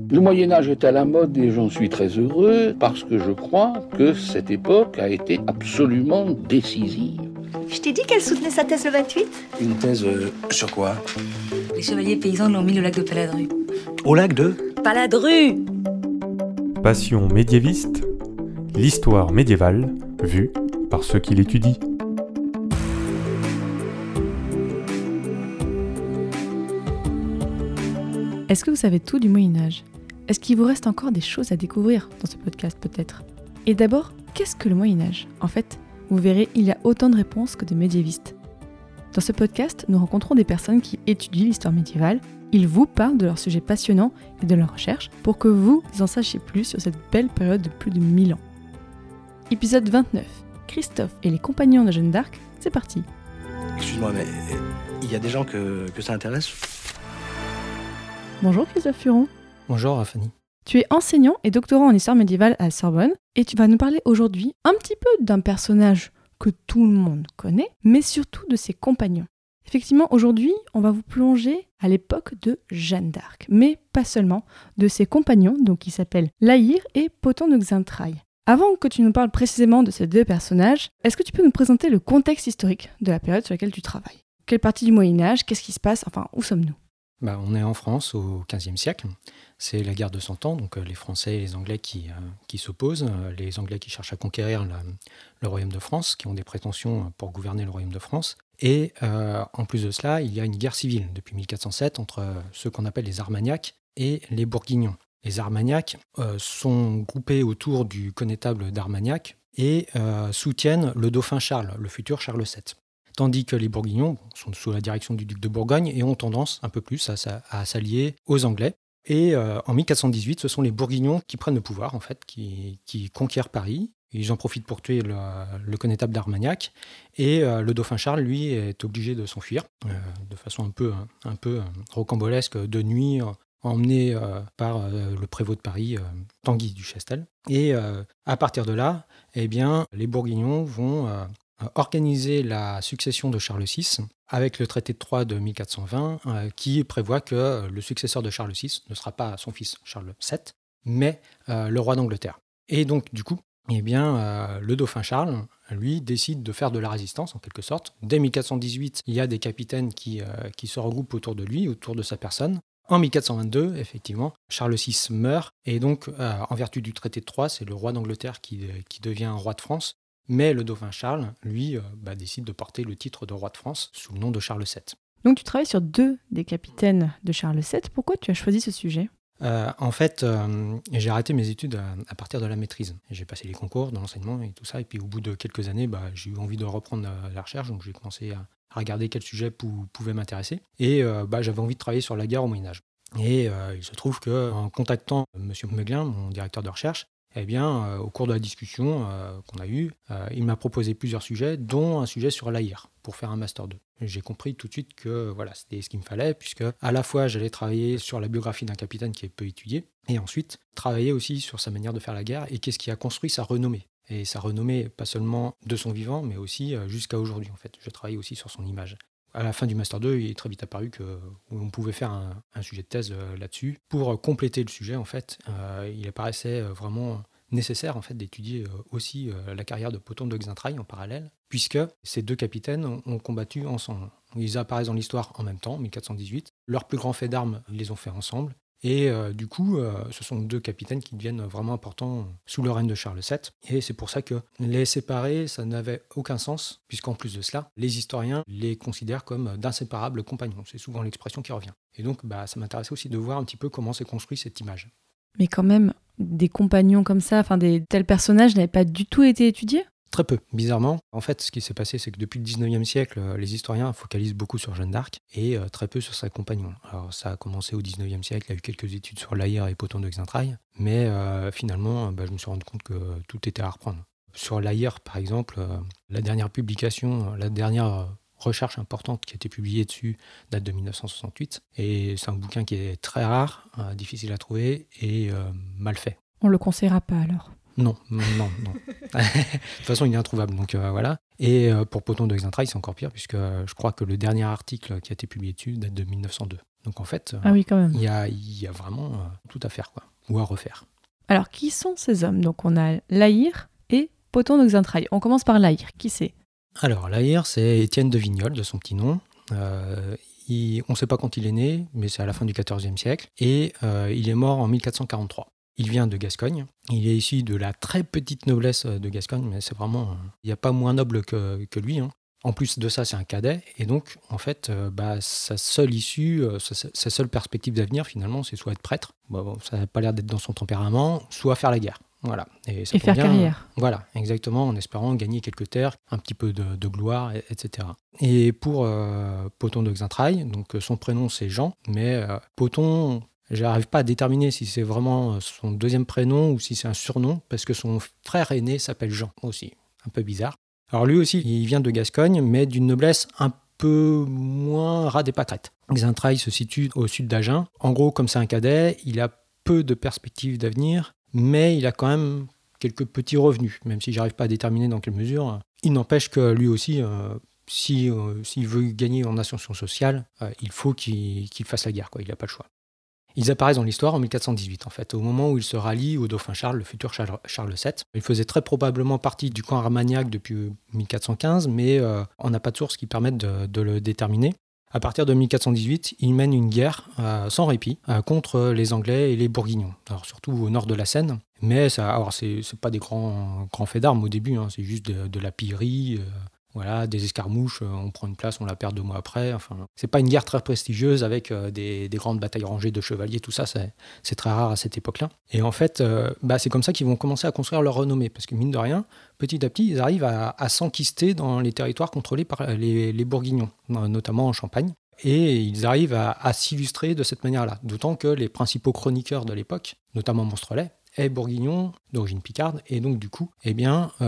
Le Moyen-Âge est à la mode et j'en suis très heureux parce que je crois que cette époque a été absolument décisive. Je t'ai dit qu'elle soutenait sa thèse le 28 ? Une thèse sur quoi ? Les chevaliers paysans l'ont mis au lac de Paladru. Au lac de Paladru ! Passion médiéviste, l'histoire médiévale vue par ceux qui l'étudient. Est-ce que vous savez tout du Moyen-Âge ? Est-ce qu'il vous reste encore des choses à découvrir dans ce podcast peut-être ? Et d'abord, qu'est-ce que le Moyen-Âge ? En fait, vous verrez, il y a autant de réponses que de médiévistes. Dans ce podcast, nous rencontrons des personnes qui étudient l'histoire médiévale. Ils vous parlent de leurs sujets passionnants et de leurs recherches pour que vous en sachiez plus sur cette belle période de plus de 1000 ans. Épisode 29. Christophe et les compagnons de Jeanne d'Arc, c'est parti. Excuse-moi, mais il y a des gens que ça intéresse ? Bonjour Christophe Furon. Bonjour Fanny. Tu es enseignant et doctorant en histoire médiévale à la Sorbonne et tu vas nous parler aujourd'hui un petit peu d'un personnage que tout le monde connaît, mais surtout de ses compagnons. Effectivement, aujourd'hui, on va vous plonger à l'époque de Jeanne d'Arc, mais pas seulement, de ses compagnons, donc qui s'appellent La Hire et Pothon de Xaintrailles. Avant que tu nous parles précisément de ces deux personnages, est-ce que tu peux nous présenter le contexte historique de la période sur laquelle tu travailles ? Quelle partie du Moyen-Âge ? Qu'est-ce qui se passe ? Enfin, où sommes-nous ? On est en France au XVe siècle. C'est la guerre de 100 ans, donc les Français et les Anglais qui s'opposent. Les Anglais qui cherchent à conquérir le royaume de France, qui ont des prétentions pour gouverner le royaume de France. Et en plus de cela, il y a une guerre civile depuis 1407 entre ceux qu'on appelle les Armagnacs et les Bourguignons. Les Armagnacs sont groupés autour du connétable d'Armagnac et soutiennent le dauphin Charles, le futur Charles VII. Tandis que les Bourguignons sont sous la direction du duc de Bourgogne et ont tendance un peu plus à s'allier aux Anglais. Et en 1418, ce sont les Bourguignons qui prennent le pouvoir, en fait, qui conquièrent Paris. Ils en profitent pour tuer le connétable d'Armagnac. Et le dauphin Charles, lui, est obligé de s'enfuir de façon un peu rocambolesque, de nuit, emmené par le prévôt de Paris, Tanguy du Chastel. Et à partir de là, les Bourguignons vont organiser la succession de Charles VI avec le traité de Troyes de 1420 qui prévoit que le successeur de Charles VI ne sera pas son fils Charles VII, mais le roi d'Angleterre. Et donc, du coup, le dauphin Charles, lui, décide de faire de la résistance, en quelque sorte. Dès 1418, il y a des capitaines qui se regroupent autour de lui, autour de sa personne. En 1422, effectivement, Charles VI meurt, et donc, en vertu du traité de Troyes, c'est le roi d'Angleterre qui devient roi de France. Mais le dauphin Charles, lui, décide de porter le titre de roi de France sous le nom de Charles VII. Donc tu travailles sur deux des capitaines de Charles VII. Pourquoi tu as choisi ce sujet ? En fait, j'ai arrêté mes études à partir de la maîtrise. J'ai passé les concours dans l'enseignement et tout ça. Et puis au bout de quelques années, j'ai eu envie de reprendre la recherche. Donc j'ai commencé à regarder quel sujet pouvait m'intéresser. Et j'avais envie de travailler sur la guerre au Moyen-Âge. Et il se trouve qu'en contactant M. Meuglin, mon directeur de recherche, au cours de la discussion qu'on a eue, il m'a proposé plusieurs sujets, dont un sujet sur La Hire, pour faire un Master 2. J'ai compris tout de suite que c'était ce qu'il me fallait, puisque à la fois j'allais travailler sur la biographie d'un capitaine qui est peu étudié, et ensuite travailler aussi sur sa manière de faire la guerre, et qu'est-ce qui a construit sa renommée. Et sa renommée, pas seulement de son vivant, mais aussi jusqu'à aujourd'hui, en fait. Je travaille aussi sur son image. À la fin du Master 2, il est très vite apparu qu'on pouvait faire un sujet de thèse là-dessus. Pour compléter le sujet, en fait, il apparaissait vraiment nécessaire en fait, d'étudier aussi la carrière de Pothon de Xaintrailles en parallèle, puisque ces deux capitaines ont combattu ensemble. Ils apparaissent dans l'histoire en même temps, 1418. Leurs plus grands faits d'armes, ils les ont fait ensemble. Et du coup, ce sont deux capitaines qui deviennent vraiment importants sous le règne de Charles VII. Et c'est pour ça que les séparer, ça n'avait aucun sens, puisqu'en plus de cela, les historiens les considèrent comme d'inséparables compagnons. C'est souvent l'expression qui revient. Et donc, ça m'intéressait aussi de voir un petit peu comment s'est construit cette image. Mais quand même, des compagnons comme ça, des tels personnages n'avaient pas du tout été étudiés ? Très peu, bizarrement. En fait, ce qui s'est passé, c'est que depuis le 19e siècle, les historiens focalisent beaucoup sur Jeanne d'Arc et très peu sur ses compagnons. Alors, ça a commencé au 19e siècle, il y a eu quelques études sur La Hire et Pothon de Xaintrailles, mais finalement, je me suis rendu compte que tout était à reprendre. Sur La Hire, par exemple, la dernière publication, la dernière recherche importante qui a été publiée dessus date de 1968, et c'est un bouquin qui est très rare, difficile à trouver et mal fait. On le conseillera pas alors ? Non. De toute façon, il est introuvable, donc voilà. Et pour Pothon de Xaintrailles, c'est encore pire, puisque je crois que le dernier article qui a été publié dessus date de 1902. Donc en fait, Ah oui, quand même. il y a vraiment tout à faire, quoi, ou à refaire. Alors, qui sont ces hommes? Donc, on a Laïr et Pothon de Xaintrailles. On commence par Laïr. Qui c'est? Alors, Laïr, c'est Étienne de Vignoles, de son petit nom. On ne sait pas quand il est né, mais c'est à la fin du XIVe siècle. Et il est mort en 1443. Il vient de Gascogne. Il est issu de la très petite noblesse de Gascogne, mais c'est vraiment... Il n'y a pas moins noble que lui, hein. En plus de ça, c'est un cadet. Et donc, en fait, sa seule issue, sa seule perspective d'avenir, finalement, c'est soit être prêtre. Bon, ça n'a pas l'air d'être dans son tempérament, soit faire la guerre. Voilà. Et faire carrière. Voilà, exactement, en espérant gagner quelques terres, un petit peu de gloire, etc. Et pour Pothon de Xaintrailles, donc son prénom c'est Jean, mais Pothon, j'arrive pas à déterminer si c'est vraiment son deuxième prénom ou si c'est un surnom, parce que son frère aîné s'appelle Jean aussi, un peu bizarre. Alors lui aussi, il vient de Gascogne, mais d'une noblesse un peu moins ras des pâquerettes. Xaintrailles se situe au sud d'Agen. En gros, comme c'est un cadet, il a peu de perspectives d'avenir, mais il a quand même quelques petits revenus, même si j'arrive pas à déterminer dans quelle mesure. Il n'empêche que lui aussi, s'il veut gagner en ascension sociale, il faut qu'il fasse la guerre, quoi. Il n'a pas le choix. Ils apparaissent dans l'histoire en 1418, en fait, au moment où il se rallie au dauphin Charles, le futur Charles VII. Il faisait très probablement partie du camp armagnac depuis 1415, mais on n'a pas de sources qui permettent de le déterminer. À partir de 1418, il mène une guerre sans répit contre les Anglais et les Bourguignons, alors surtout au nord de la Seine. Mais c'est pas des grands faits d'armes au début, hein, c'est juste de la pillerie, voilà, des escarmouches, on prend une place, on la perd 2 mois après. Enfin, c'est pas une guerre très prestigieuse avec des grandes batailles rangées de chevaliers, tout ça, c'est très rare à cette époque-là. Et en fait, c'est comme ça qu'ils vont commencer à construire leur renommée, parce que mine de rien, petit à petit, ils arrivent à s'enquister dans les territoires contrôlés par les Bourguignons, notamment en Champagne. Et ils arrivent à s'illustrer de cette manière-là. D'autant que les principaux chroniqueurs de l'époque, notamment Monstrelet, est bourguignon, d'origine picarde, et donc du coup, il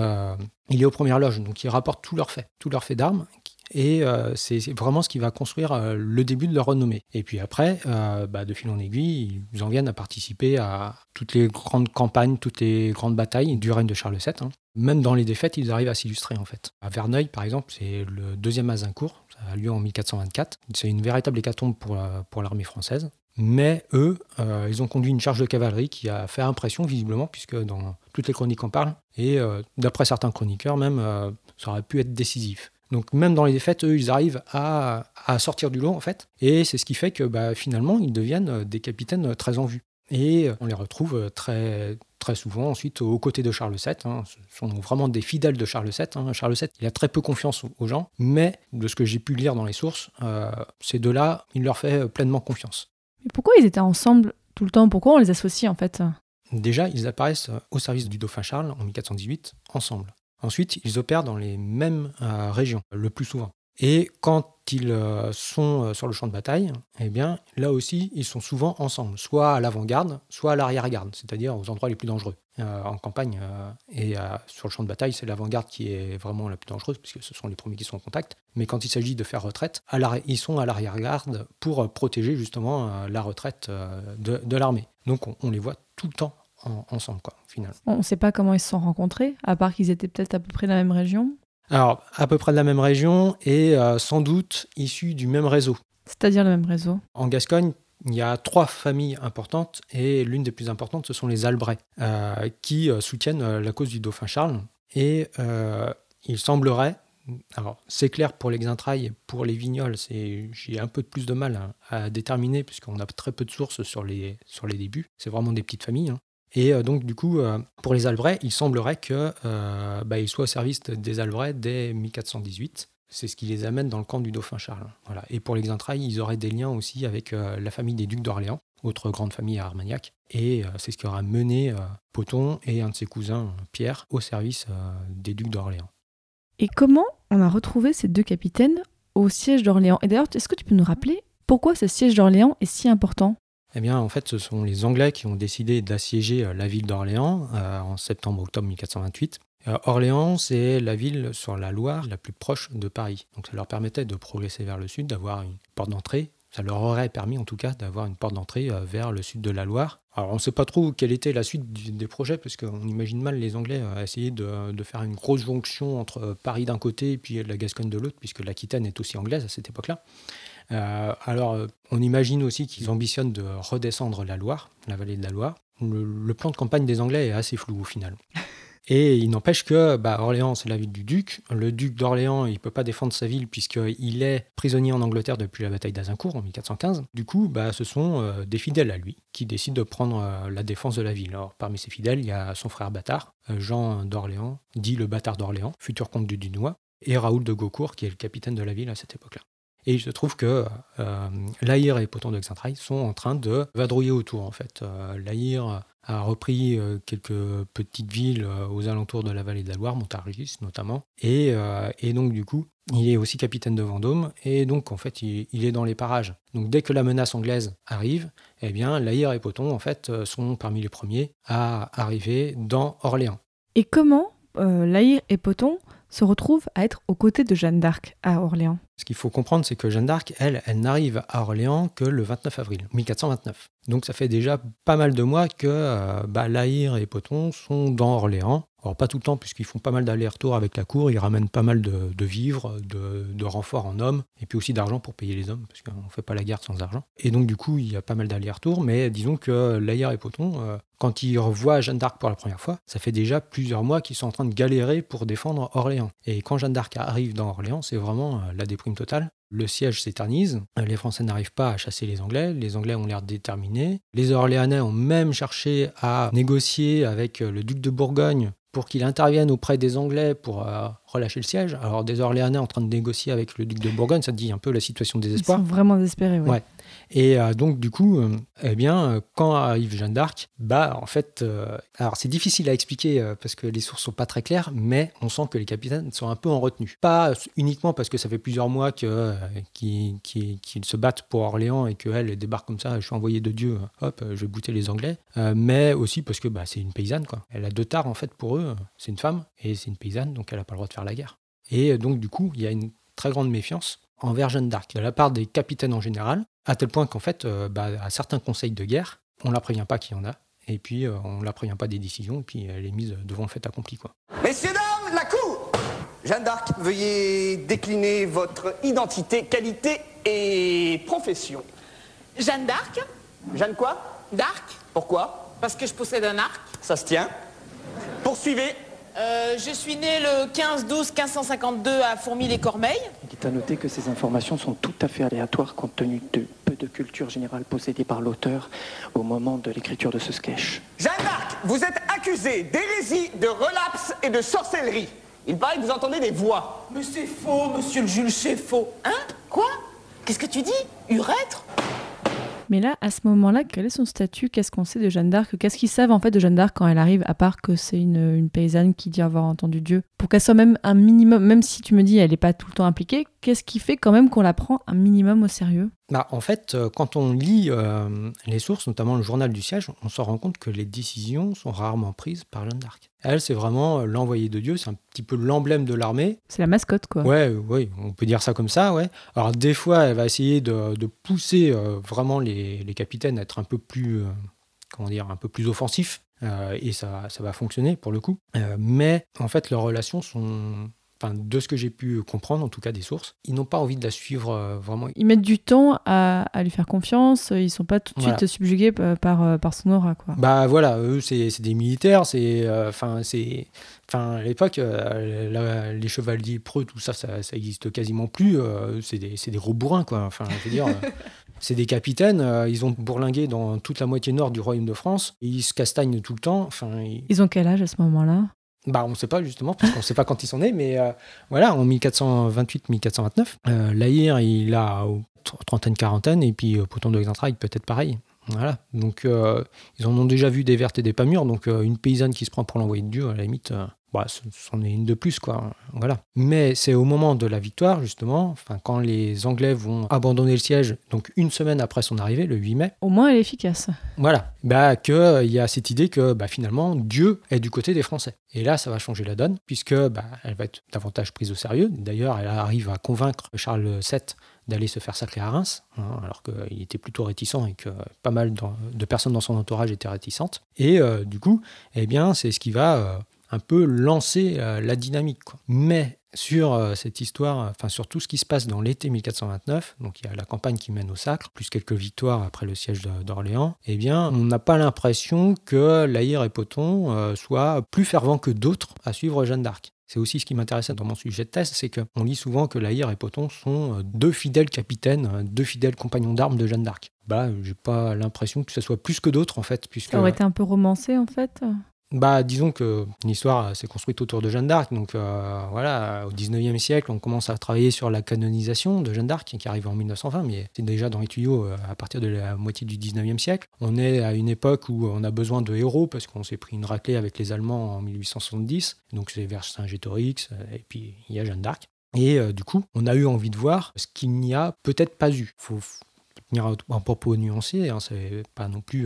est aux premières loges, donc il rapporte tous leurs faits d'armes, et c'est vraiment ce qui va construire le début de leur renommée. Et puis après, de fil en aiguille, ils en viennent à participer à toutes les grandes campagnes, toutes les grandes batailles du règne de Charles VII. Hein. Même dans les défaites, ils arrivent à s'illustrer en fait. À Verneuil, par exemple, c'est le 2e Azincourt, ça a lieu en 1424. C'est une véritable hécatombe pour l'armée française. Mais eux, ils ont conduit une charge de cavalerie qui a fait impression visiblement, puisque dans toutes les chroniques en parlent, et d'après certains chroniqueurs même, ça aurait pu être décisif. Donc même dans les défaites, eux, ils arrivent à sortir du lot en fait, et c'est ce qui fait que finalement, ils deviennent des capitaines très en vue. Et on les retrouve très, très souvent ensuite aux côtés de Charles VII. Hein. Ce sont vraiment des fidèles de Charles VII. Hein. Charles VII, il a très peu confiance aux gens, mais de ce que j'ai pu lire dans les sources, ces deux-là, il leur fait pleinement confiance. Mais pourquoi ils étaient ensemble tout le temps? Pourquoi on les associe en fait? Déjà, ils apparaissent au service du dauphin Charles en 1418 ensemble. Ensuite, ils opèrent dans les mêmes régions, le plus souvent. Et quand ils sont sur le champ de bataille, eh bien, là aussi, ils sont souvent ensemble, soit à l'avant-garde, soit à l'arrière-garde, c'est-à-dire aux endroits les plus dangereux. En campagne et sur le champ de bataille, c'est l'avant-garde qui est vraiment la plus dangereuse, puisque ce sont les premiers qui sont en contact. Mais quand il s'agit de faire retraite, ils sont à l'arrière-garde pour protéger justement la retraite de l'armée. Donc on les voit tout le temps ensemble, quoi, finalement. On ne sait pas comment ils se sont rencontrés, à part qu'ils étaient peut-être à peu près de la même région. Alors, à peu près de la même région et sans doute issus du même réseau. C'est-à-dire le même réseau. En Gascogne, il y a 3 familles importantes et l'une des plus importantes, ce sont les Albret, qui soutiennent la cause du dauphin Charles. Et il semblerait, alors c'est clair pour les Xaintrailles et pour les Vignoles, j'ai un peu plus de mal à déterminer puisqu'on a très peu de sources sur les débuts. C'est vraiment des petites familles. Hein. Et donc, du coup, pour les Albret, il semblerait qu'ils soient au service des Albret dès 1418. C'est ce qui les amène dans le camp du dauphin Charles. Voilà. Et pour les Xaintrailles, ils auraient des liens aussi avec la famille des ducs d'Orléans, autre grande famille à Armagnac. Et c'est ce qui aura mené Pothon et un de ses cousins, Pierre, au service des ducs d'Orléans. Et comment on a retrouvé ces 2 capitaines au siège d'Orléans? Et d'ailleurs, est-ce que tu peux nous rappeler pourquoi ce siège d'Orléans est si important? Eh bien, en fait, ce sont les Anglais qui ont décidé d'assiéger la ville d'Orléans en septembre-octobre 1428. Orléans, c'est la ville sur la Loire la plus proche de Paris. Donc ça leur permettait de progresser vers le sud, d'avoir une porte d'entrée. Ça leur aurait permis en tout cas d'avoir une porte d'entrée vers le sud de la Loire. Alors on ne sait pas trop quelle était la suite des projets, parce qu'on imagine mal les Anglais essayer de faire une grosse jonction entre Paris d'un côté et puis la Gascogne de l'autre, puisque l'Aquitaine est aussi anglaise à cette époque-là. On imagine aussi qu'ils ambitionnent de redescendre la Loire, la vallée de la Loire. Le plan de campagne des Anglais est assez flou au final. Et il n'empêche que Orléans, c'est la ville du duc. Le duc d'Orléans, il ne peut pas défendre sa ville puisqu'il est prisonnier en Angleterre depuis la bataille d'Azincourt en 1415. Du coup, ce sont des fidèles à lui qui décident de prendre la défense de la ville. Alors, parmi ces fidèles, il y a son frère bâtard, Jean d'Orléans, dit le bâtard d'Orléans, futur comte du Dunois, et Raoul de Gaucourt, qui est le capitaine de la ville à cette époque-là. Et il se trouve que La Hire et Potton de Xaintrailles sont en train de vadrouiller autour, en fait. La Hire a repris quelques petites villes aux alentours de la vallée de la Loire, Montargis notamment, et donc du coup, il est aussi capitaine de Vendôme, et donc en fait, il est dans les parages. Donc dès que la menace anglaise arrive, eh bien, La Hire et Potton, en fait, sont parmi les premiers à arriver dans Orléans. Et comment La Hire et Potton se retrouvent à être aux côtés de Jeanne d'Arc à Orléans? Ce qu'il faut comprendre, c'est que Jeanne d'Arc, elle n'arrive à Orléans que le 29 avril 1429. Donc ça fait déjà pas mal de mois que La Hire et Potton sont dans Orléans. Alors pas tout le temps, puisqu'ils font pas mal d'allers-retours avec la cour, ils ramènent pas mal de vivres, de renforts en hommes, et puis aussi d'argent pour payer les hommes, parce qu'on ne fait pas la guerre sans argent. Et donc du coup, il y a pas mal d'allers-retours, mais disons que La Hire et Potton, quand ils revoient Jeanne d'Arc pour la première fois, ça fait déjà plusieurs mois qu'ils sont en train de galérer pour défendre Orléans. Et quand Jeanne d'Arc arrive dans Orléans, c'est vraiment la déprime totale. Le siège s'éternise, les Français n'arrivent pas à chasser les Anglais ont l'air déterminés. Les Orléanais ont même cherché à négocier avec le duc de Bourgogne pour qu'il intervienne auprès des Anglais pour relâcher le siège. Alors des Orléanais en train de négocier avec le duc de Bourgogne, ça te dit un peu la situation de désespoir. Ils sont vraiment désespérés, oui. Ouais. Et donc du coup, quand arrive Jeanne d'Arc, en fait, alors c'est difficile à expliquer parce que les sources sont pas très claires, mais on sent que les capitaines sont un peu en retenue. Pas uniquement parce que ça fait plusieurs mois qu'ils se battent pour Orléans et qu'elle débarque comme ça, je suis envoyé de Dieu, hop, je vais bouter les Anglais, mais aussi parce que c'est une paysanne, quoi. Elle a 2 tares en fait pour eux, c'est une femme et c'est une paysanne, donc elle n'a pas le droit de faire la guerre. Et donc du coup, il y a une très grande méfiance envers Jeanne d'Arc, de la part des capitaines en général, à tel point qu'en fait, à certains conseils de guerre, on ne la prévient pas qu'il y en a, et puis on ne la prévient pas des décisions, et puis elle est mise devant le fait accompli, quoi. Messieurs, dames, la cour! Jeanne d'Arc, veuillez décliner votre identité, qualité et profession. Jeanne d'Arc. Jeanne quoi? D'Arc. Pourquoi? Parce que je possède un arc. Ça se tient. Poursuivez. Je suis née le 15-12-1552 à Fourmies-les-Cormeilles. Il est à noter que ces informations sont tout à fait aléatoires compte tenu de peu de culture générale possédée par l'auteur au moment de l'écriture de ce sketch. Jeanne d'Arc, vous êtes accusée d'hérésie, de relapse et de sorcellerie. Il paraît que vous entendez des voix. Mais c'est faux, monsieur le Jules, c'est faux. Hein? Quoi? Qu'est-ce que tu dis? Urètre? Mais là, à ce moment-là, quel est son statut? Qu'est-ce qu'on sait de Jeanne d'Arc? Qu'est-ce qu'ils savent en fait de Jeanne d'Arc quand elle arrive, à part que c'est une paysanne qui dit avoir entendu Dieu? Pour qu'elle soit même un minimum, même si tu me dis elle n'est pas tout le temps impliquée, qu'est-ce qui fait quand même qu'on la prend un minimum au sérieux? En fait, quand on lit les sources, notamment le journal du siège, on se rend compte que les décisions sont rarement prises par Jeanne d'Arc. Elle, c'est vraiment l'envoyée de Dieu, c'est un petit peu l'emblème de l'armée. C'est la mascotte, quoi. Ouais, on peut dire ça comme ça, ouais. Alors des fois, elle va essayer de pousser vraiment les capitaines à être un peu plus, un peu plus offensifs, et ça va fonctionner pour le coup. Mais en fait, leurs relations sont... de ce que j'ai pu comprendre, en tout cas des sources, ils n'ont pas envie de la suivre vraiment. Ils mettent du temps à lui faire confiance, ils sont pas tout de suite subjugués par son aura, quoi. Voilà, eux c'est des militaires, à l'époque, les chevaliers preux, tout ça existe quasiment plus, c'est des gros bourrins, quoi. Je veux dire, c'est des capitaines, ils ont bourlingué dans toute la moitié nord du royaume de France, ils se castagnent tout le temps. Ils ont quel âge à ce moment-là? On ne sait pas justement, parce qu'on ne sait pas quand ils sont nés, mais en 1428-1429, La Hire, il a trentaine-quarantaine, et puis Potton de Xaintrailles, peut-être pareil. Voilà, donc ils en ont déjà vu des vertes et des pas mûres, donc une paysanne qui se prend pour l'envoyé de Dieu, à la limite, c'en est une de plus, quoi. Voilà. Mais c'est au moment de la victoire, justement, quand les Anglais vont abandonner le siège, donc une semaine après son arrivée, le 8 mai. Au moins, elle est efficace. Voilà, qu'il y a cette idée que finalement, Dieu est du côté des Français. Et là, ça va changer la donne, puisque elle va être davantage prise au sérieux. D'ailleurs, elle arrive à convaincre Charles VII d'aller se faire sacrer à Reims, alors qu'il était plutôt réticent et que pas mal de personnes dans son entourage étaient réticentes. Et du coup, c'est ce qui va... un peu lancer la dynamique, quoi. Mais sur cette histoire, sur tout ce qui se passe dans l'été 1429, donc il y a la campagne qui mène au Sacre, plus quelques victoires après le siège d'Orléans, eh bien, on n'a pas l'impression que La Hire et Pothon soient plus fervents que d'autres à suivre Jeanne d'Arc. C'est aussi ce qui m'intéressait dans mon sujet de thèse, c'est qu'on lit souvent que La Hire et Pothon sont deux fidèles capitaines, deux fidèles compagnons d'armes de Jeanne d'Arc. J'ai pas l'impression que ce soit plus que d'autres, en fait. Puisque... Ça aurait été un peu romancé, en fait. Disons qu'une histoire s'est construite autour de Jeanne d'Arc. Donc au 19e siècle, on commence à travailler sur la canonisation de Jeanne d'Arc, qui arrive en 1920, mais c'est déjà dans les tuyaux à partir de la moitié du 19e siècle. On est à une époque où on a besoin de héros, parce qu'on s'est pris une raclée avec les Allemands en 1870. Donc c'est Vercingétorix, et puis il y a Jeanne d'Arc. Et du coup, on a eu envie de voir ce qu'il n'y a peut-être pas eu. Faut tenir un propos nuancé, c'est pas non plus...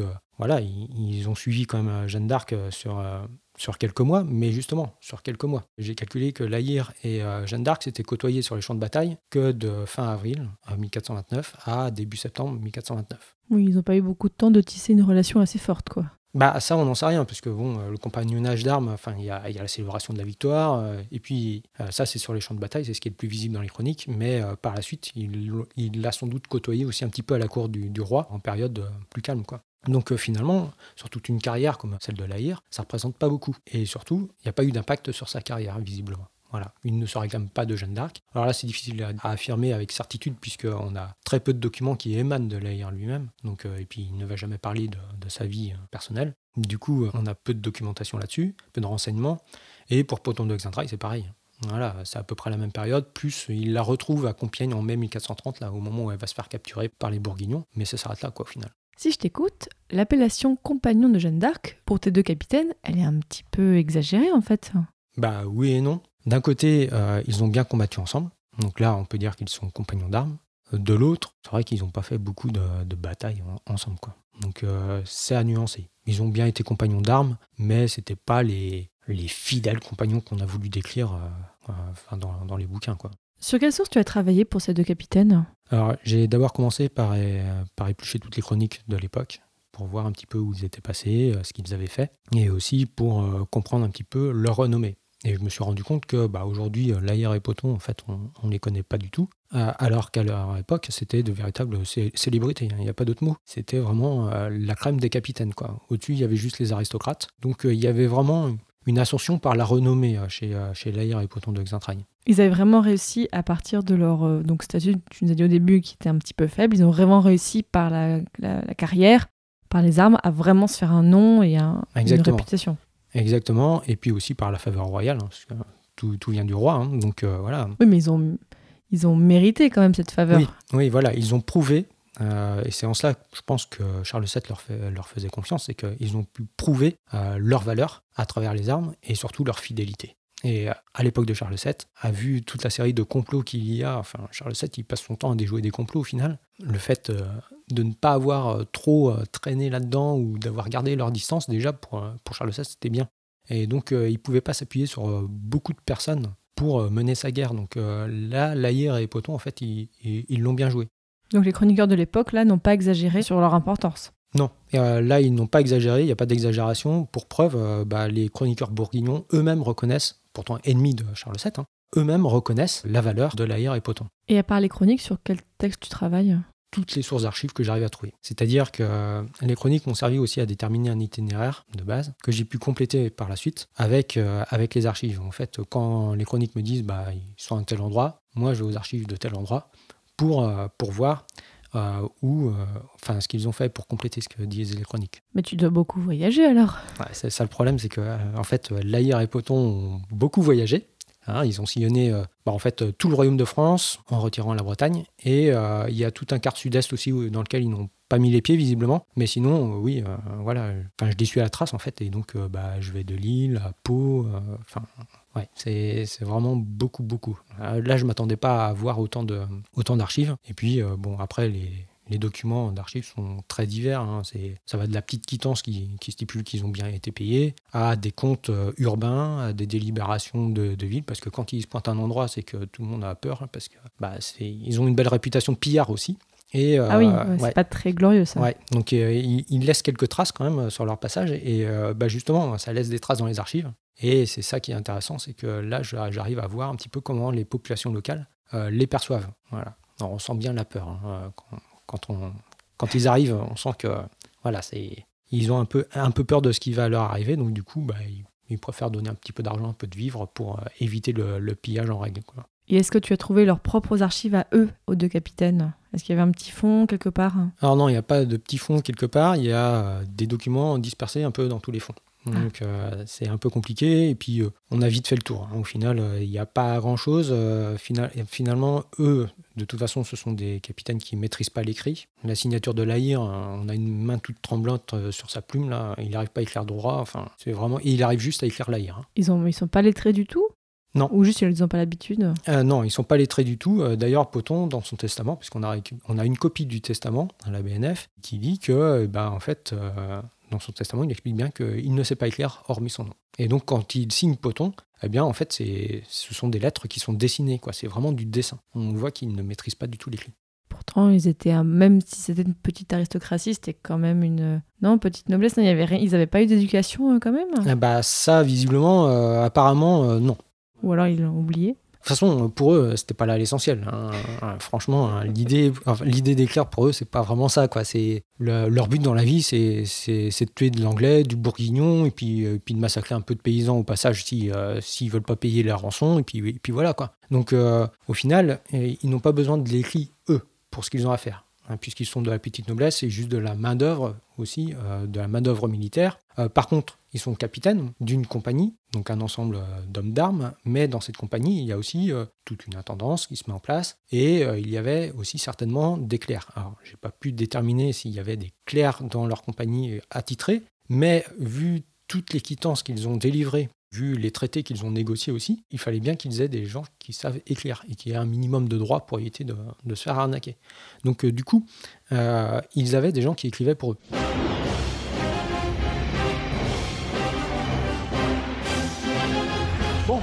ils ont suivi quand même Jeanne d'Arc sur quelques mois, mais justement, sur quelques mois. J'ai calculé que La Hire et Jeanne d'Arc s'étaient côtoyés sur les champs de bataille que de fin avril 1429 à début septembre 1429. Oui, ils n'ont pas eu beaucoup de temps de tisser une relation assez forte, quoi. Ça, on n'en sait rien, parce que le compagnonnage d'armes, il y a la célébration de la victoire, et puis ça, c'est sur les champs de bataille, c'est ce qui est le plus visible dans les chroniques, mais par la suite, il l'a sans doute côtoyé aussi un petit peu à la cour du roi, en période plus calme, quoi. Donc finalement, sur toute une carrière comme celle de La Hire, ça ne représente pas beaucoup. Et surtout, il n'y a pas eu d'impact sur sa carrière, visiblement. Voilà, il ne se réclame pas de Jeanne d'Arc. Alors là, c'est difficile à affirmer avec certitude, puisqu'on a très peu de documents qui émanent de La Hire lui-même. Donc, et puis, il ne va jamais parler de sa vie personnelle. Du coup, on a peu de documentation là-dessus, peu de renseignements. Et pour Pothon de Xaintrailles, c'est pareil. Voilà, c'est à peu près la même période. Plus, il la retrouve à Compiègne en mai 1430, là, au moment où elle va se faire capturer par les Bourguignons. Mais ça s'arrête là, quoi, au final. Si je t'écoute, l'appellation compagnon de Jeanne d'Arc, pour tes deux capitaines, elle est un petit peu exagérée, en fait. Oui et non. D'un côté, ils ont bien combattu ensemble. Donc là, on peut dire qu'ils sont compagnons d'armes. De l'autre, c'est vrai qu'ils n'ont pas fait beaucoup de batailles ensemble, quoi. Donc c'est à nuancer. Ils ont bien été compagnons d'armes, mais c'était pas les fidèles compagnons qu'on a voulu décrire dans les bouquins, quoi. Sur quelle source tu as travaillé pour ces deux capitaines ? Alors, j'ai d'abord commencé par éplucher toutes les chroniques de l'époque, pour voir un petit peu où ils étaient passés, ce qu'ils avaient fait, et aussi pour comprendre un petit peu leur renommée. Et je me suis rendu compte que aujourd'hui, La Hire et Pothon, en fait, on ne les connaît pas du tout, alors qu'à leur époque, c'était de véritables célébrités, il n'y a pas d'autre mot. C'était vraiment la crème des capitaines, quoi. Au-dessus, il y avait juste les aristocrates. Donc, il y avait vraiment une ascension par la renommée chez La Hire et Pothon de Xaintrailles. Ils avaient vraiment réussi à partir de leur statut, tu nous as dit au début, qui était un petit peu faible, ils ont vraiment réussi par la carrière, par les armes, à vraiment se faire un nom et une réputation. Exactement, et puis aussi par la faveur royale, parce que tout vient du roi, donc voilà. Oui, mais ils ont mérité quand même cette faveur. Oui, voilà, ils ont prouvé, et c'est en cela que je pense que Charles VII leur faisait confiance, c'est qu'ils ont pu prouver leur valeur à travers les armes, et surtout leur fidélité. Et à l'époque de Charles VII, a vu toute la série de complots qu'il y a, Charles VII, il passe son temps à déjouer des complots au final. Le fait de ne pas avoir trop traîné là-dedans ou d'avoir gardé leur distance, déjà, pour Charles VII, c'était bien. Et donc, il ne pouvait pas s'appuyer sur beaucoup de personnes pour mener sa guerre. Donc là, La Hire et Pothon, en fait, ils l'ont bien joué. Donc les chroniqueurs de l'époque, là, n'ont pas exagéré sur leur importance. Non, là, ils n'ont pas exagéré, il n'y a pas d'exagération. Pour preuve, les chroniqueurs bourguignons eux-mêmes reconnaissent, pourtant ennemis de Charles VII, eux-mêmes reconnaissent la valeur de La Hire et Pothon. Et à part les chroniques, sur quel texte tu travailles ? Toutes les sources d'archives que j'arrive à trouver. C'est-à-dire que les chroniques m'ont servi aussi à déterminer un itinéraire de base que j'ai pu compléter par la suite avec les archives. En fait, quand les chroniques me disent ils sont à tel endroit, moi je vais aux archives de tel endroit pour voir ce qu'ils ont fait pour compléter ce que disent les chroniques. Mais tu dois beaucoup voyager alors. Ouais, c'est ça le problème, c'est que La Hire et Pothon ont beaucoup voyagé. Ils ont sillonné tout le royaume de France en retirant la Bretagne. Et il y a tout un quart sud-est aussi dans lequel ils n'ont pas mis les pieds visiblement. Mais sinon, je les suis à la trace en fait. Et donc, je vais de Lille à Pau. C'est vraiment beaucoup. Là, je ne m'attendais pas à avoir autant d'archives. Et puis, après, les documents d'archives sont très divers. Ça va de la petite quittance qui stipule qu'ils ont bien été payés, à des comptes urbains, à des délibérations de ville, parce que quand ils se pointent à un endroit, c'est que tout le monde a peur, parce que ils ont une belle réputation de pillards aussi. Et, c'est pas très glorieux ça. Ouais, donc ils laissent quelques traces quand même sur leur passage et justement ça laisse des traces dans les archives et c'est ça qui est intéressant, c'est que là j'arrive à voir un petit peu comment les populations locales les perçoivent. Voilà. Alors, on sent bien la peur hein, quand ils arrivent, on sent que voilà, ils ont un peu peur de ce qui va leur arriver, donc du coup ils préfèrent donner un petit peu d'argent, un peu de vivres pour éviter le pillage en règle, quoi. Et est-ce que tu as trouvé leurs propres archives à eux, aux deux capitaines ? Est-ce qu'il y avait un petit fond quelque part ? Alors non, il n'y a pas de petit fond quelque part, il y a des documents dispersés un peu dans tous les fonds. Donc c'est un peu compliqué et puis on a vite fait le tour. Au final, il n'y a pas grand-chose. Finalement, eux, de toute façon, ce sont des capitaines qui ne maîtrisent pas l'écrit. La signature de Lahire, on a une main toute tremblante sur sa plume, là. Il n'arrive pas à écrire droit. Enfin, c'est vraiment... Et il arrive juste à écrire Lahire. Hein. Ils sont pas lettrés du tout ? Non. Ou juste ils n'ont pas l'habitude ? Non, ils ne sont pas lettrés du tout. D'ailleurs, Poton, dans son testament, puisqu'on a une copie du testament à la BNF, qui dit que, en fait, dans son testament, il explique bien qu'il ne sait pas écrire hormis son nom. Et donc, quand il signe Poton, en fait, ce sont des lettres qui sont dessinées, quoi. C'est vraiment du dessin. On voit qu'il ne maîtrise pas du tout l'écrit. Pourtant, ils étaient, même si c'était une petite aristocratie, c'était quand même une... Non, petite noblesse, non, ils n'avaient pas eu d'éducation quand même ? Ça, visiblement, apparemment, non. Ou alors ils l'ont oublié. De toute façon, pour eux, c'était pas là l'essentiel. Hein. Franchement, l'idée d'écrire pour eux, c'est pas vraiment ça, quoi. C'est leur but dans la vie, c'est de tuer de l'anglais, du bourguignon, et puis de massacrer un peu de paysans au passage s'ils veulent pas payer leur rançon, et puis voilà, quoi. Donc, au final, ils n'ont pas besoin de l'écrit, eux, pour ce qu'ils ont à faire. Hein, puisqu'ils sont de la petite noblesse, c'est juste de la main-d'œuvre aussi, de la main-d'œuvre militaire. Par contre, ils sont capitaines d'une compagnie, donc un ensemble d'hommes d'armes, mais dans cette compagnie, il y a aussi toute une intendance qui se met en place, et il y avait aussi certainement des clercs. Alors, je n'ai pas pu déterminer s'il y avait des clercs dans leur compagnie attitrés, mais vu toutes les quittances qu'ils ont délivrées, vu les traités qu'ils ont négociés aussi, il fallait bien qu'ils aient des gens qui savent écrire et qui aient un minimum de droits pour éviter de se faire arnaquer. Donc du coup, ils avaient des gens qui écrivaient pour eux. Bon,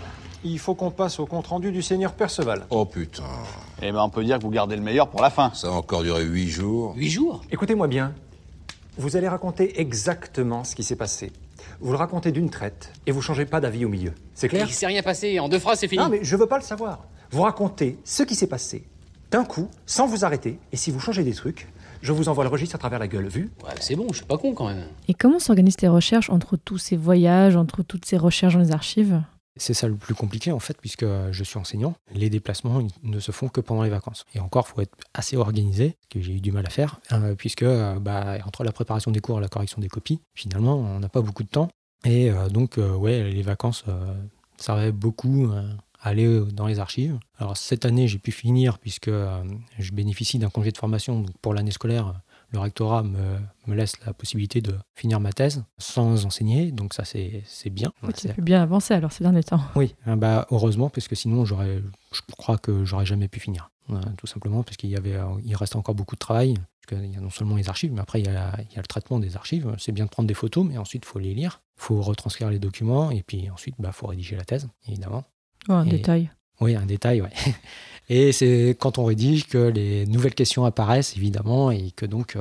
il faut qu'on passe au compte-rendu du seigneur Perceval. Oh putain. Eh ben on peut dire que vous gardez le meilleur pour la fin. Ça a encore duré 8 jours. 8 jours ? Écoutez-moi bien. Vous allez raconter exactement ce qui s'est passé. Vous le racontez d'une traite et vous changez pas d'avis au milieu. C'est clair ? Il s'est rien passé, en 2 phrases c'est fini. Non mais je veux pas le savoir. Vous racontez ce qui s'est passé d'un coup, sans vous arrêter, et si vous changez des trucs, je vous envoie le registre à travers la gueule, vu ? Ouais, c'est bon, je suis pas con quand même. Et comment s'organisent tes recherches entre tous ces voyages, entre toutes ces recherches dans les archives ? C'est ça le plus compliqué en fait, puisque je suis enseignant. Les déplacements ne se font que pendant les vacances. Et encore, il faut être assez organisé, ce que j'ai eu du mal à faire, puisque entre la préparation des cours et la correction des copies, finalement, on n'a pas beaucoup de temps. Et donc, les vacances servaient beaucoup à aller dans les archives. Alors cette année, j'ai pu finir, puisque je bénéficie d'un congé de formation. Donc, pour l'année scolaire, le rectorat me laisse la possibilité de finir ma thèse sans enseigner, donc ça c'est bien. Oui, tu peux bien avancer alors ces derniers temps. Oui, heureusement, parce que sinon je crois que j'aurais jamais pu finir. Tout simplement parce il reste encore beaucoup de travail, parce qu'il y a non seulement les archives, mais après il y a le traitement des archives. C'est bien de prendre des photos, mais ensuite il faut les lire, il faut retranscrire les documents, et puis ensuite il faut rédiger la thèse, évidemment. Oh, un détail. Oui, un détail, ouais. Et c'est quand on rédige que les nouvelles questions apparaissent, évidemment, et que donc,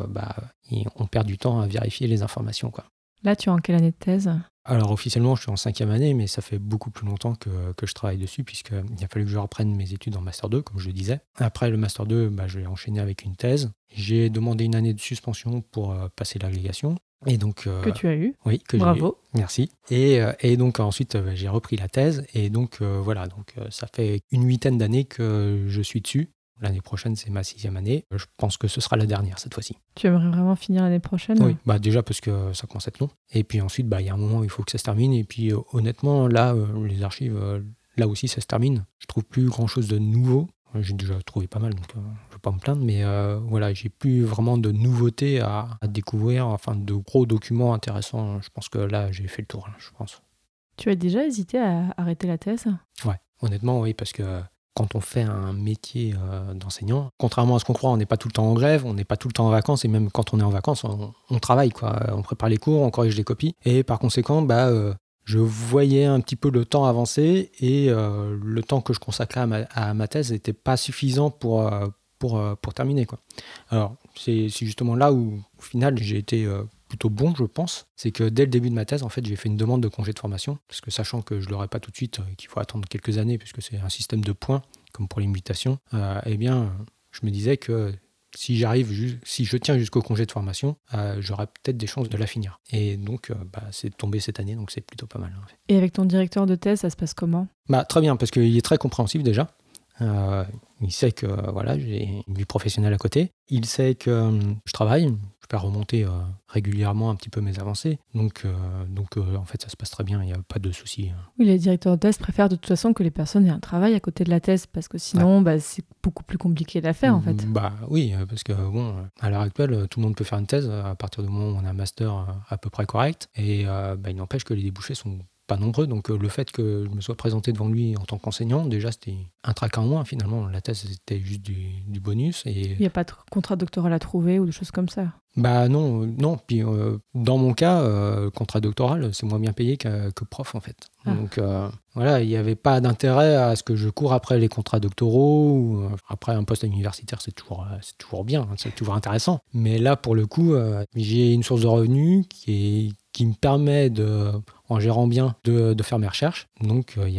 on perd du temps à vérifier les informations, quoi. Là, tu es en quelle année de thèse ? Alors, officiellement, je suis en 5e année, mais ça fait beaucoup plus longtemps que je travaille dessus, puisqu'il a fallu que je reprenne mes études en Master 2, comme je le disais. Après le Master 2, je vais enchaîner avec une thèse. J'ai demandé une année de suspension pour passer l'agrégation. Et donc, que tu as eu. Oui, que Bravo. J'ai eu. Merci. Et donc ensuite, j'ai repris la thèse. Et donc voilà, ça fait une 8aine d'années que je suis dessus. L'année prochaine, c'est ma 6e année. Je pense que ce sera la dernière cette fois-ci. Tu aimerais vraiment finir l'année prochaine ? Oui, déjà parce que ça commence à être long. Et puis ensuite, il y a un moment où il faut que ça se termine. Et puis honnêtement, là, les archives, là aussi, ça se termine. Je trouve plus grand-chose de nouveau. J'ai déjà trouvé pas mal, donc je ne vais pas me plaindre, mais j'ai plus vraiment de nouveautés à découvrir, enfin de gros documents intéressants. Je pense que là, j'ai fait le tour, je pense. Tu as déjà hésité à arrêter la thèse ? Ouais, honnêtement, oui, parce que quand on fait un métier d'enseignant, contrairement à ce qu'on croit, on n'est pas tout le temps en grève, on n'est pas tout le temps en vacances, et même quand on est en vacances, on travaille, quoi. On prépare les cours, on corrige les copies, et par conséquent, je voyais un petit peu le temps avancer et le temps que je consacrais à ma thèse n'était pas suffisant pour pour terminer, quoi. Alors, c'est justement là où, au final, j'ai été plutôt bon, je pense. C'est que dès le début de ma thèse, en fait, j'ai fait une demande de congé de formation, parce que sachant que je ne l'aurai pas tout de suite, qu'il faut attendre quelques années, puisque c'est un système de points, comme pour les mutations, eh bien, je me disais que si je tiens jusqu'au congé de formation, j'aurai peut-être des chances de la finir. Et donc, c'est tombé cette année, donc c'est plutôt pas mal. En fait. Et avec ton directeur de thèse, ça se passe comment ? Très bien, parce qu'il est très compréhensif déjà. Il sait que j'ai une vie professionnelle à côté. Il sait que je travaille. Je peux remonter régulièrement un petit peu mes avancées. Donc en fait, ça se passe très bien. Il n'y a pas de souci. Oui, les directeurs de thèse préfèrent de toute façon que les personnes aient un travail à côté de la thèse parce que sinon, c'est beaucoup plus compliqué à faire en fait. Oui, parce que à l'heure actuelle, tout le monde peut faire une thèse à partir du moment où on a un master à peu près correct. Et il n'empêche que les débouchés sont pas nombreux, donc le fait que je me sois présenté devant lui en tant qu'enseignant, déjà c'était un trac en moins finalement. La thèse c'était juste du bonus. Et il n'y a pas de contrat doctoral à trouver ou des choses comme ça? Non. Puis dans mon cas, contrat doctoral, c'est moins bien payé que prof en fait. Donc il n'y avait pas d'intérêt à ce que je cours après les contrats doctoraux ou après un poste universitaire, c'est toujours bien, c'est toujours intéressant. Mais là pour le coup, j'ai une source de revenus qui me permet en gérant bien de faire mes recherches. Donc il y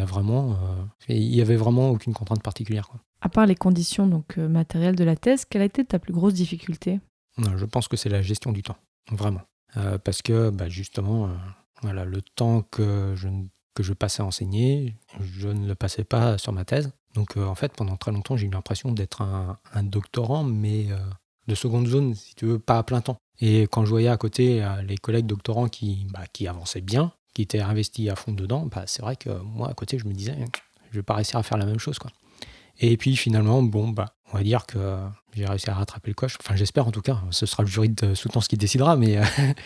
avait vraiment aucune contrainte particulière, quoi. À part les conditions matérielles de la thèse, quelle a été ta plus grosse difficulté ? Je pense que c'est la gestion du temps, vraiment. Parce que justement, le temps que je passais à enseigner, je ne le passais pas sur ma thèse. Donc en fait, pendant très longtemps, j'ai eu l'impression d'être un doctorant, mais de seconde zone, si tu veux, pas à plein temps. Et quand je voyais à côté les collègues doctorants qui avançaient bien, qui étaient investis à fond dedans, c'est vrai que moi, à côté, je me disais, je vais pas réussir à faire la même chose, quoi. Et puis finalement, on va dire que j'ai réussi à rattraper le coche. Enfin, j'espère en tout cas. Ce sera le jury de Soutenance qui décidera, mais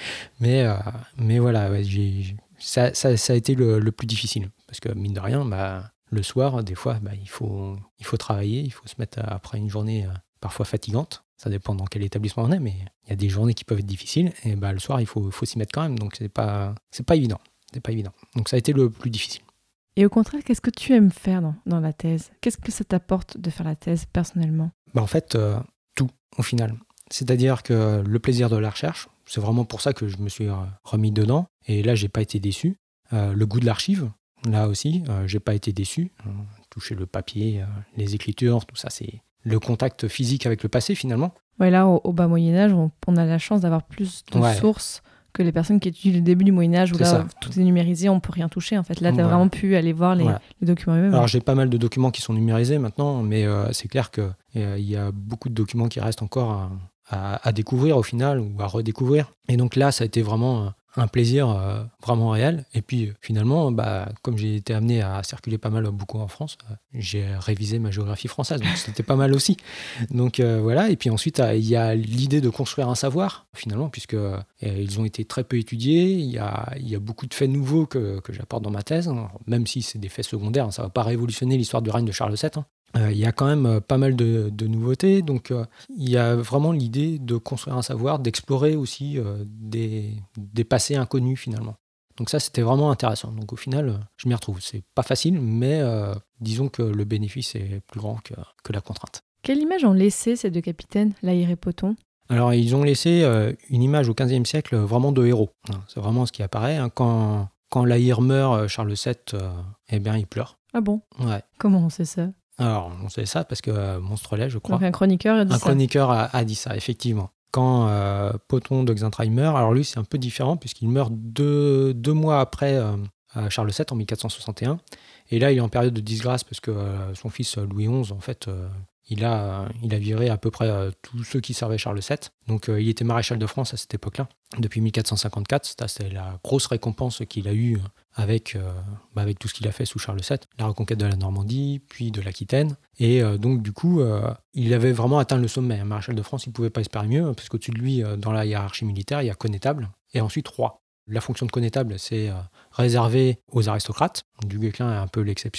voilà, ça a été le plus difficile. Parce que mine de rien, le soir, des fois, il faut travailler, il faut se mettre après une journée parfois fatigante. Ça dépend dans quel établissement on est, mais il y a des journées qui peuvent être difficiles. Et le soir, il faut s'y mettre quand même. Donc c'est pas évident. C'est pas évident. Donc ça a été le plus difficile. Et au contraire, qu'est-ce que tu aimes faire dans la thèse ? Qu'est-ce que ça t'apporte de faire la thèse personnellement ? En fait, tout au final. C'est-à-dire que le plaisir de la recherche, c'est vraiment pour ça que je me suis remis dedans. Et là, j'ai pas été déçu. Le goût de l'archive, là aussi, j'ai pas été déçu. Toucher le papier, les écritures, tout ça, c'est le contact physique avec le passé finalement. Ouais, là, au bas Moyen-Âge, on a la chance d'avoir plus de sources que les personnes qui étudient le début du Moyen-Âge où là, tout est numérisé, on ne peut rien toucher. En fait, là, tu as vraiment pu aller voir les documents eux-mêmes. Alors, j'ai pas mal de documents qui sont numérisés maintenant, mais c'est clair qu'il y a beaucoup de documents qui restent encore à découvrir au final ou à redécouvrir. Et donc là, ça a été vraiment un plaisir vraiment réel. Et puis finalement, comme j'ai été amené à circuler pas mal beaucoup en France, j'ai révisé ma géographie française, donc c'était pas mal aussi. Donc voilà, et puis ensuite il y a l'idée de construire un savoir finalement, puisque ils ont été très peu étudiés. Il y a beaucoup de faits nouveaux que j'apporte dans ma thèse, même si c'est des faits secondaires, ça va pas révolutionner l'histoire du règne de Charles VII. Il y a quand même pas mal de nouveautés, donc il y a vraiment l'idée de construire un savoir, d'explorer aussi des passés inconnus finalement. Donc ça, c'était vraiment intéressant. Donc au final, je m'y retrouve. C'est pas facile, mais disons que le bénéfice est plus grand que la contrainte. Quelle image ont laissé ces deux capitaines, La Hire et Pothon ? Alors ils ont laissé une image au XVe siècle vraiment de héros. C'est vraiment ce qui apparaît. Quand La Hire meurt, Charles VII, il pleure. Ah bon ? Ouais. Comment on sait ça ? Alors, on sait ça parce que Monstrelet, je crois. Donc un chroniqueur a dit ça. Un chroniqueur a dit ça, effectivement. Quand Pothon de Xaintrailles meurt, alors lui, c'est un peu différent puisqu'il meurt deux mois après Charles VII, en 1461. Et là, il est en période de disgrâce parce que son fils Louis XI, en fait, il a viré à peu près tous ceux qui servaient Charles VII. Donc, il était maréchal de France à cette époque-là, depuis 1454. C'est la grosse récompense qu'il a eue avec tout ce qu'il a fait sous Charles VII, la reconquête de la Normandie, puis de l'Aquitaine. Et donc, du coup, il avait vraiment atteint le sommet. Un maréchal de France, il ne pouvait pas espérer mieux, parce qu'au-dessus de lui, dans la hiérarchie militaire, il y a connétable, et ensuite roi. La fonction de connétable, c'est réservé aux aristocrates. Du Guesclin est un peu l'exception.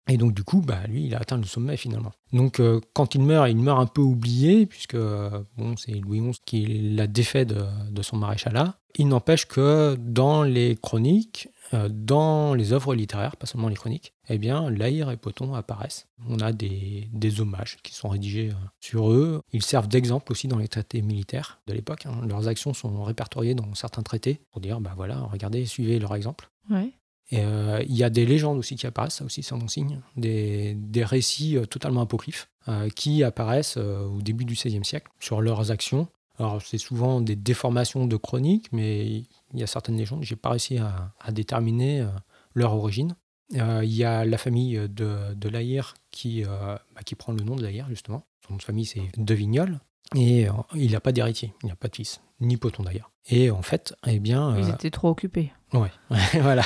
Et donc, du coup, lui, il a atteint le sommet, finalement. Donc, quand il meurt un peu oublié, puisque c'est Louis XI qui l'a défait de son maréchalat. Il n'empêche que dans les chroniques, dans les œuvres littéraires, pas seulement les chroniques, eh bien, La Hire et Pothon apparaissent. On a des hommages qui sont rédigés sur eux. Ils servent d'exemple aussi dans les traités militaires de l'époque. Leurs actions sont répertoriées dans certains traités pour dire, regardez, suivez leur exemple. Ouais. Et il y a des légendes aussi qui apparaissent, ça aussi c'est un bon signe, des récits totalement apocryphes qui apparaissent au début du XVIe siècle sur leurs actions. Alors c'est souvent des déformations de chroniques, mais il y a certaines légendes, je n'ai pas réussi à déterminer leur origine. Il y a la famille de La Hire qui prend le nom de La Hire justement. Son nom de famille c'est De Vignoles. Et il n'a pas d'héritier, il n'a pas de fils, ni Pothon d'ailleurs. Et en fait, ils étaient trop occupés. Ouais, voilà.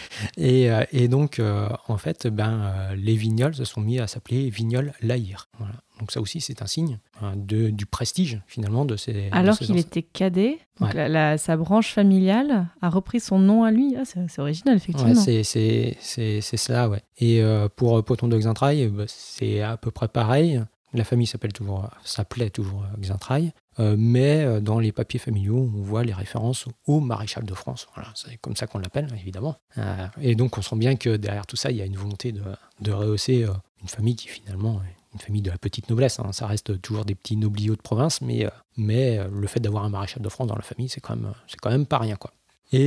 Et donc, en fait, les Vignoles se sont mis à s'appeler Vignoles-La Hire. Voilà. Donc ça aussi, c'est un signe du prestige, finalement, de ces... Alors qu'il était cadet, donc sa branche familiale a repris son nom à lui. Ah, c'est original, effectivement. Ouais, c'est cela, ouais. Et pour Pothon de Xaintrailles, c'est à peu près pareil. La famille s'appelait toujours Xaintrailles, mais dans les papiers familiaux, on voit les références au maréchal de France. Voilà, c'est comme ça qu'on l'appelle, évidemment. Et donc, on sent bien que derrière tout ça, il y a une volonté de rehausser une famille qui, finalement, est une famille de la petite noblesse. Ça reste toujours des petits nobliaux de province, mais le fait d'avoir un maréchal de France dans la famille, c'est quand même pas rien, quoi.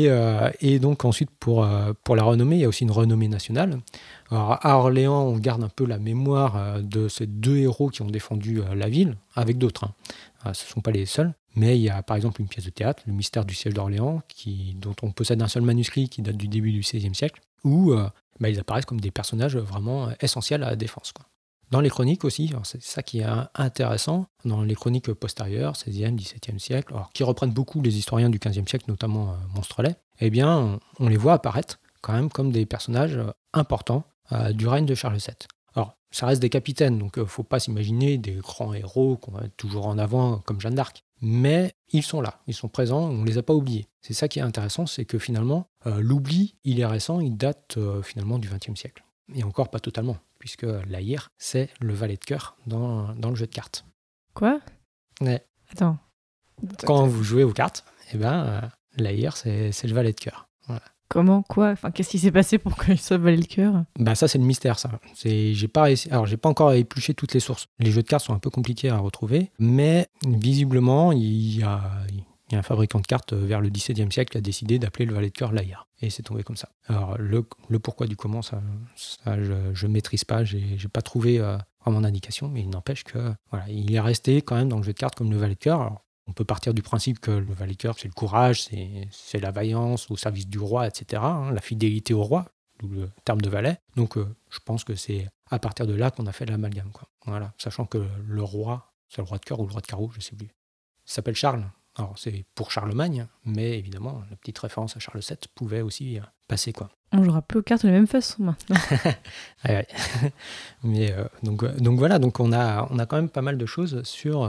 Et donc ensuite pour la renommée, il y a aussi une renommée nationale. Alors, à Orléans, on garde un peu la mémoire de ces deux héros qui ont défendu la ville, avec d'autres. Ce ne sont pas les seuls, mais il y a par exemple une pièce de théâtre, Le Mystère du siège d'Orléans, dont on possède un seul manuscrit qui date du début du XVIe siècle, où ils apparaissent comme des personnages vraiment essentiels à la défense, quoi. Dans les chroniques aussi, c'est ça qui est intéressant, dans les chroniques postérieures, 16e, 17e siècle, qui reprennent beaucoup les historiens du 15e siècle, notamment Monstrelet, eh bien, on les voit apparaître quand même comme des personnages importants du règne de Charles VII. Alors, ça reste des capitaines, donc il ne faut pas s'imaginer des grands héros qu'on va toujours en avant comme Jeanne d'Arc. Mais ils sont là, ils sont présents, on ne les a pas oubliés. C'est ça qui est intéressant, c'est que finalement, l'oubli, il est récent, il date finalement du XXe siècle. Et encore pas totalement, puisque La Hire, c'est le valet de cœur dans le jeu de cartes. Quoi ? Ouais. Attends. Quand vous jouez aux cartes, La Hire, c'est le valet de cœur. Voilà. Comment ? Quoi ? Enfin, qu'est-ce qui s'est passé pour qu'il soit valet de cœur ? Ça, c'est le mystère, ça. J'ai pas encore épluché toutes les sources. Les jeux de cartes sont un peu compliqués à retrouver, mais visiblement, il y a un fabricant de cartes vers le XVIIe siècle qui a décidé d'appeler le valet de cœur La Hire. Et c'est tombé comme ça. Alors, le pourquoi du comment, ça je ne maîtrise pas. J'ai pas trouvé vraiment d'indication, mais il n'empêche que il est resté quand même dans le jeu de cartes comme le valet de cœur. Alors, on peut partir du principe que le valet de cœur, c'est le courage, c'est la vaillance au service du roi, etc. La fidélité au roi, d'où le terme de valet. Donc, je pense que c'est à partir de là qu'on a fait l'amalgame, quoi. Voilà, sachant que le roi, c'est le roi de cœur ou le roi de carreau, je ne sais plus. Il s'appelle Charles. Alors, c'est pour Charlemagne, mais évidemment, la petite référence à Charles VII pouvait aussi passer, quoi. On jouera plus aux cartes de la même façon maintenant. Ouais. Mais donc voilà, donc on a quand même pas mal de choses sur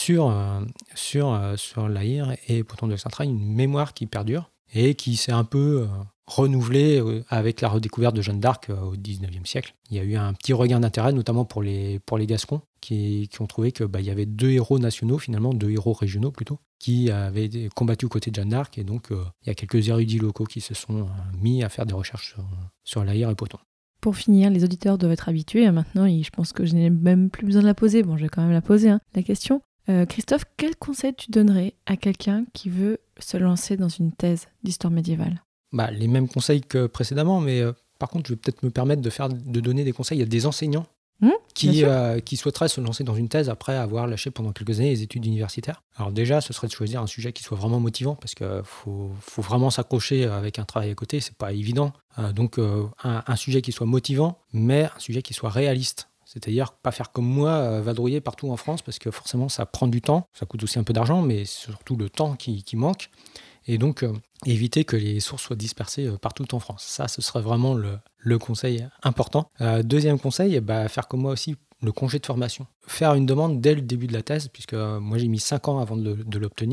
La Hire et Pothon de Xaintrailles, une mémoire qui perdure et qui s'est un peu renouvelée avec la redécouverte de Jeanne d'Arc au XIXe siècle. Il y a eu un petit regain d'intérêt, notamment pour les Gascons, qui ont trouvé que il y avait deux héros nationaux, finalement, deux héros régionaux plutôt, qui avaient combattu aux côtés de Jeanne d'Arc, et donc il y a quelques érudits locaux qui se sont mis à faire des recherches sur La Hire et Pothon. Pour finir, les auditeurs doivent être habitués maintenant, et je pense que je n'ai même plus besoin de la poser. Bon, je vais quand même la poser, la question. Christophe, quel conseil tu donnerais à quelqu'un qui veut se lancer dans une thèse d'histoire médiévale ? Les mêmes conseils que précédemment, mais par contre, je vais peut-être me permettre de donner des conseils à des enseignants qui souhaiteraient se lancer dans une thèse après avoir lâché pendant quelques années les études universitaires. Alors déjà, ce serait de choisir un sujet qui soit vraiment motivant, parce qu'il faut vraiment s'accrocher avec un travail à côté, c'est pas évident. Donc un sujet qui soit motivant, mais un sujet qui soit réaliste. C'est-à-dire pas faire comme moi, vadrouiller partout en France, parce que forcément ça prend du temps, ça coûte aussi un peu d'argent, mais surtout le temps qui manque. Et donc, éviter que les sources soient dispersées partout en France. Ça, ce serait vraiment le conseil important. Deuxième conseil, faire comme moi aussi le congé de formation. Faire une demande dès le début de la thèse, puisque moi j'ai mis 5 ans avant de l'obtenir.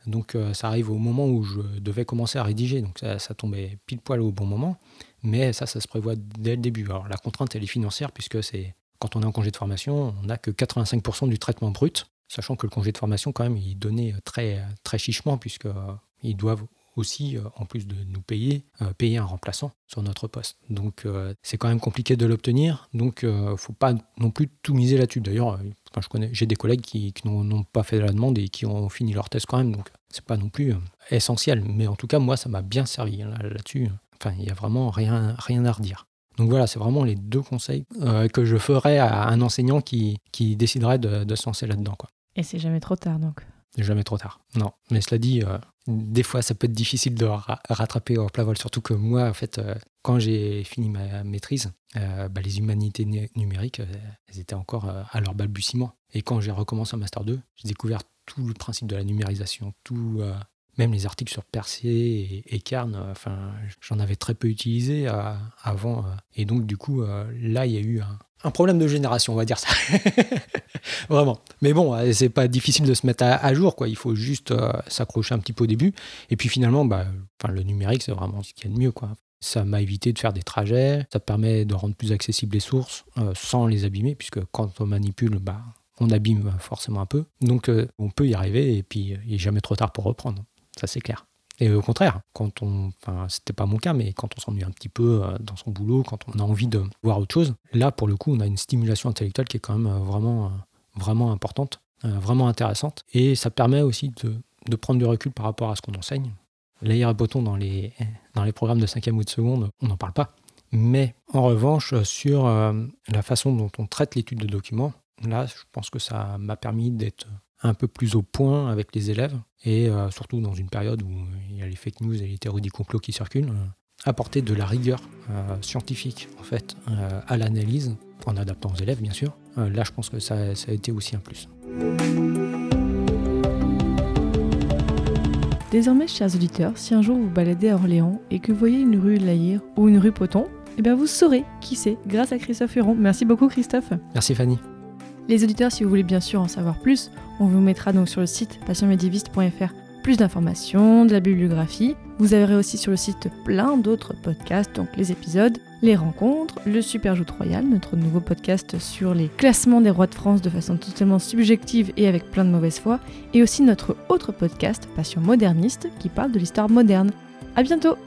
Donc ça arrive au moment où je devais commencer à rédiger, donc ça tombait pile poil au bon moment, mais ça se prévoit dès le début. Alors la contrainte, elle est financière, puisque quand on est en congé de formation, on n'a que 85% du traitement brut, sachant que le congé de formation, quand même, il donnait très, très chichement, puisqu'ils doivent aussi, en plus de nous payer un remplaçant sur notre poste. Donc c'est quand même compliqué de l'obtenir, donc il ne faut pas non plus tout miser là-dessus. D'ailleurs, j'ai des collègues qui n'ont pas fait la demande et qui ont fini leur thèse quand même, donc c'est pas non plus essentiel. Mais en tout cas, moi, ça m'a bien servi là-dessus. Enfin, il n'y a vraiment rien à redire. Donc voilà, c'est vraiment les 2 conseils que je ferais à un enseignant qui déciderait de se lancer là-dedans, quoi. Et c'est jamais trop tard, donc. Jamais trop tard. Non, mais cela dit, des fois, ça peut être difficile de rattraper au plat vol. Surtout que moi, en fait, quand j'ai fini ma maîtrise, les humanités numériques, elles étaient encore à leur balbutiement. Et quand j'ai recommencé un Master 2, j'ai découvert tout le principe de la numérisation, même les articles sur Percé et Carn, j'en avais très peu utilisé avant. Et donc, du coup, là, il y a eu un problème de génération, on va dire ça. Vraiment. Mais bon, c'est pas difficile de se mettre à jour, quoi. Il faut juste s'accrocher un petit peu au début. Et puis finalement, le numérique, c'est vraiment ce qu'il y a de mieux, quoi. Ça m'a évité de faire des trajets. Ça permet de rendre plus accessibles les sources sans les abîmer, puisque quand on manipule, on abîme forcément un peu. Donc, on peut y arriver et puis il n'est jamais trop tard pour reprendre. Ça, c'est clair. Et au contraire, c'était pas mon cas, mais quand on s'ennuie un petit peu dans son boulot, quand on a envie de voir autre chose, là, pour le coup, on a une stimulation intellectuelle qui est quand même vraiment importante, vraiment intéressante. Et ça permet aussi de prendre du recul par rapport à ce qu'on enseigne. L'AIR et Botton dans les programmes de 5e ou de seconde, on n'en parle pas. Mais en revanche, sur la façon dont on traite l'étude de documents, là, je pense que ça m'a permis d'être un peu plus au point avec les élèves, et surtout dans une période où il y a les fake news et les théories du complot qui circulent, apporter de la rigueur scientifique en fait à l'analyse, en adaptant aux élèves bien sûr. Là, je pense que ça a été aussi un plus. Désormais, chers auditeurs, si un jour vous baladez à Orléans et que vous voyez une rue Lahire ou une rue Poton, vous saurez qui c'est grâce à Christophe Huron. Merci beaucoup, Christophe. Merci, Fanny. Les auditeurs, si vous voulez bien sûr en savoir plus, on vous mettra donc sur le site passionmédiéviste.fr plus d'informations, de la bibliographie. Vous aurez aussi sur le site plein d'autres podcasts, donc les épisodes, les rencontres, le Super Joute Royal, notre nouveau podcast sur les classements des rois de France de façon totalement subjective et avec plein de mauvaise foi, et aussi notre autre podcast, Passion moderniste, qui parle de l'histoire moderne. À bientôt!